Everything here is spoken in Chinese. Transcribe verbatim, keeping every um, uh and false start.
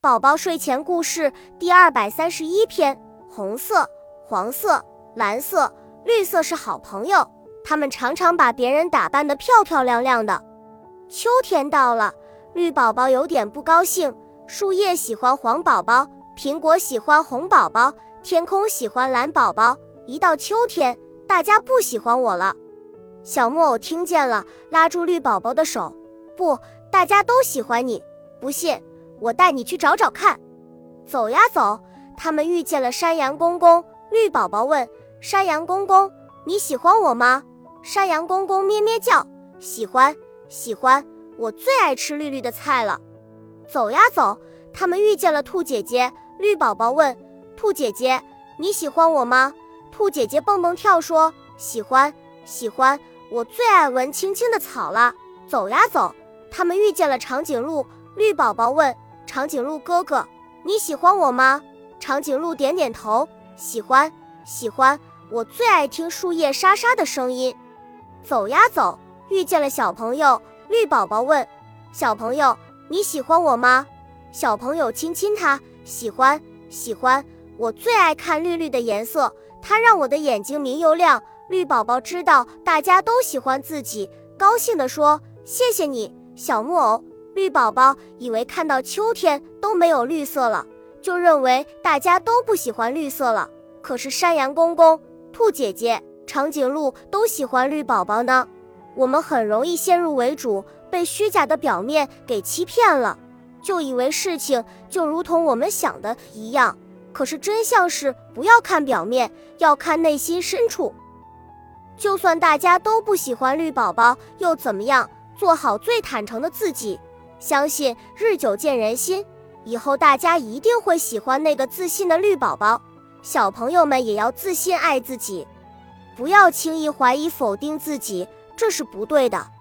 宝宝睡前故事第二百三十一篇：红色、黄色、蓝色、绿色是好朋友，他们常常把别人打扮得漂漂亮亮的。秋天到了，绿宝宝有点不高兴，树叶喜欢黄宝宝，苹果喜欢红宝宝，天空喜欢蓝宝宝。一到秋天，大家不喜欢我了。小木偶听见了，拉住绿宝宝的手：不，大家都喜欢你，不信我带你去找找看。走呀走，他们遇见了山羊公公。绿宝宝问山羊公公：你喜欢我吗？山羊公公咩咩叫：喜欢喜欢，我最爱吃绿绿的菜了。走呀走，他们遇见了兔姐姐。绿宝宝问兔姐姐：你喜欢我吗？兔姐姐蹦蹦跳说：喜欢喜欢，我最爱闻青青的草了。走呀走，他们遇见了长颈鹿。绿宝宝问长颈鹿哥哥：你喜欢我吗？长颈鹿点点头：喜欢喜欢，我最爱听树叶沙沙的声音。走呀走，遇见了小朋友。绿宝宝问小朋友：你喜欢我吗？小朋友亲亲他：喜欢喜欢，我最爱看绿绿的颜色，它让我的眼睛明又亮。绿宝宝知道大家都喜欢自己，高兴地说：谢谢你，小木偶。绿宝宝以为看到秋天都没有绿色了，就认为大家都不喜欢绿色了。可是山羊公公、兔姐姐、长颈鹿都喜欢绿宝宝呢。我们很容易先入为主，被虚假的表面给欺骗了，就以为事情就如同我们想的一样。可是真相是，不要看表面，要看内心深处。就算大家都不喜欢绿宝宝又怎么样，做好最坦诚的自己，相信日久见人心，以后大家一定会喜欢那个自信的绿宝宝。小朋友们也要自信爱自己，不要轻易怀疑否定自己，这是不对的。